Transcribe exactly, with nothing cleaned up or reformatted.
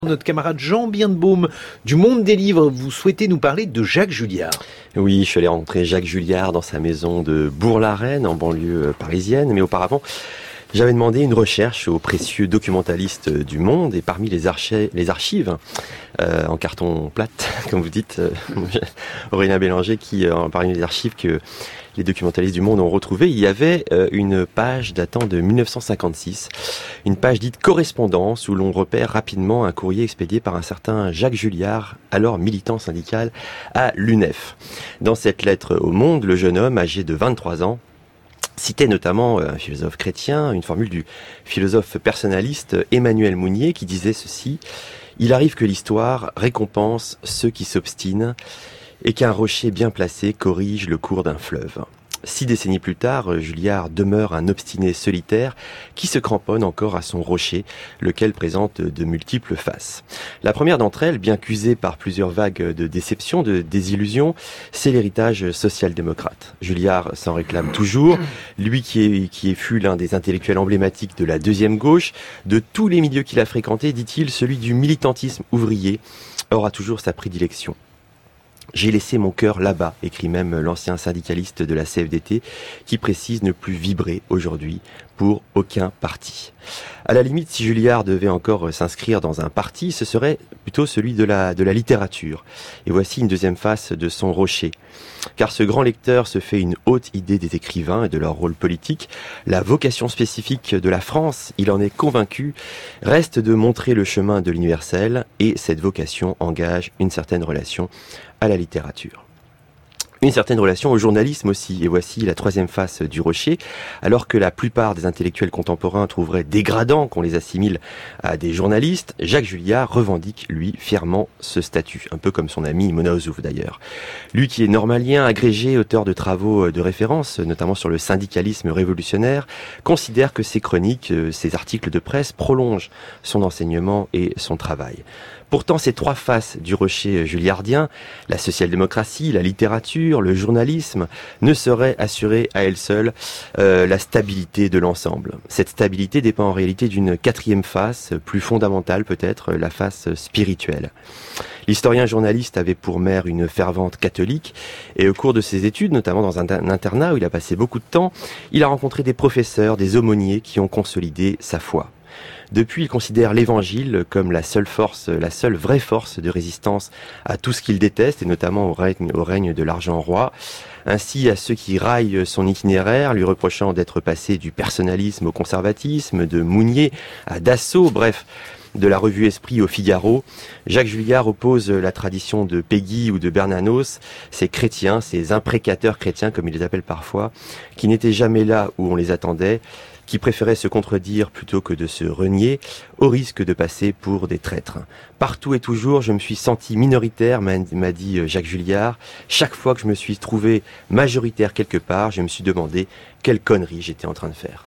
Notre camarade Jean Birnbaum du Monde des Livres, vous souhaitez nous parler de Jacques Julliard. Oui, je suis allé rencontrer Jacques Julliard dans sa maison de Bourg-la-Reine, en banlieue parisienne. Mais auparavant, j'avais demandé une recherche aux précieux documentalistes du Monde. Et parmi les, archi- les archives, euh, en carton plate, comme vous dites, euh, Aurélien Bélanger, qui, euh, parmi les archives que les documentalistes du Monde ont retrouvées, il y avait euh, une page datant de dix-neuf cent cinquante-six, une page dite correspondance, où l'on repère rapidement un courrier expédié par un certain Jacques Julliard, alors militant syndical à l'U N E F. Dans cette lettre au Monde, le jeune homme, âgé de vingt-trois ans, citait notamment un philosophe chrétien, une formule du philosophe personnaliste Emmanuel Mounier qui disait ceci: « Il arrive que l'histoire récompense ceux qui s'obstinent et qu'un rocher bien placé corrige le cours d'un fleuve. » Six décennies plus tard, Julliard demeure un obstiné solitaire qui se cramponne encore à son rocher, lequel présente de multiples faces. La première d'entre elles, bien qu'usée par plusieurs vagues de déception, de désillusion, c'est l'héritage social-démocrate. Julliard s'en réclame toujours, lui qui est, qui fut l'un des intellectuels emblématiques de la deuxième gauche, de tous les milieux qu'il a fréquentés, dit-il, celui du militantisme ouvrier aura toujours sa prédilection. « J'ai laissé mon cœur là-bas », écrit même l'ancien syndicaliste de la C F D T, qui précise ne plus vibrer aujourd'hui pour aucun parti. À la limite, si Julliard devait encore s'inscrire dans un parti, ce serait plutôt celui de la, de la littérature. Et voici une deuxième face de son rocher. Car ce grand lecteur se fait une haute idée des écrivains et de leur rôle politique. La vocation spécifique de la France, il en est convaincu, reste de montrer le chemin de l'universel, et cette vocation engage une certaine relation à la littérature. Une certaine relation au journalisme aussi, et voici la troisième face du rocher. Alors que la plupart des intellectuels contemporains trouveraient dégradant qu'on les assimile à des journalistes, Jacques Julliard revendique, lui, fièrement ce statut, un peu comme son ami Mona Ozouf d'ailleurs. Lui qui est normalien, agrégé, auteur de travaux de référence, notamment sur le syndicalisme révolutionnaire, considère que ses chroniques, ses articles de presse prolongent son enseignement et son travail. Pourtant, ces trois faces du rocher julliardien, la social-démocratie, la littérature, le journalisme, ne sauraient assurer à elles seules euh, la stabilité de l'ensemble. Cette stabilité dépend en réalité d'une quatrième face, plus fondamentale peut-être, la face spirituelle. L'historien journaliste avait pour mère une fervente catholique, et au cours de ses études, notamment dans un internat où il a passé beaucoup de temps, il a rencontré des professeurs, des aumôniers qui ont consolidé sa foi. Depuis, il considère l'évangile comme la seule force, la seule vraie force de résistance à tout ce qu'il déteste, et notamment au règne, au règne de l'argent roi. Ainsi, à ceux qui raillent son itinéraire, lui reprochant d'être passé du personnalisme au conservatisme, de Mounier à Dassault, bref, de la revue Esprit au Figaro, Jacques Julliard oppose la tradition de Péguy ou de Bernanos, ces chrétiens, ces imprécateurs chrétiens, comme il les appelle parfois, qui n'étaient jamais là où on les attendait, qui préféraient se contredire plutôt que de se renier, au risque de passer pour des traîtres. Partout et toujours, je me suis senti minoritaire, m'a, m'a dit Jacques Julliard. Chaque fois que je me suis trouvé majoritaire quelque part, je me suis demandé quelle connerie j'étais en train de faire.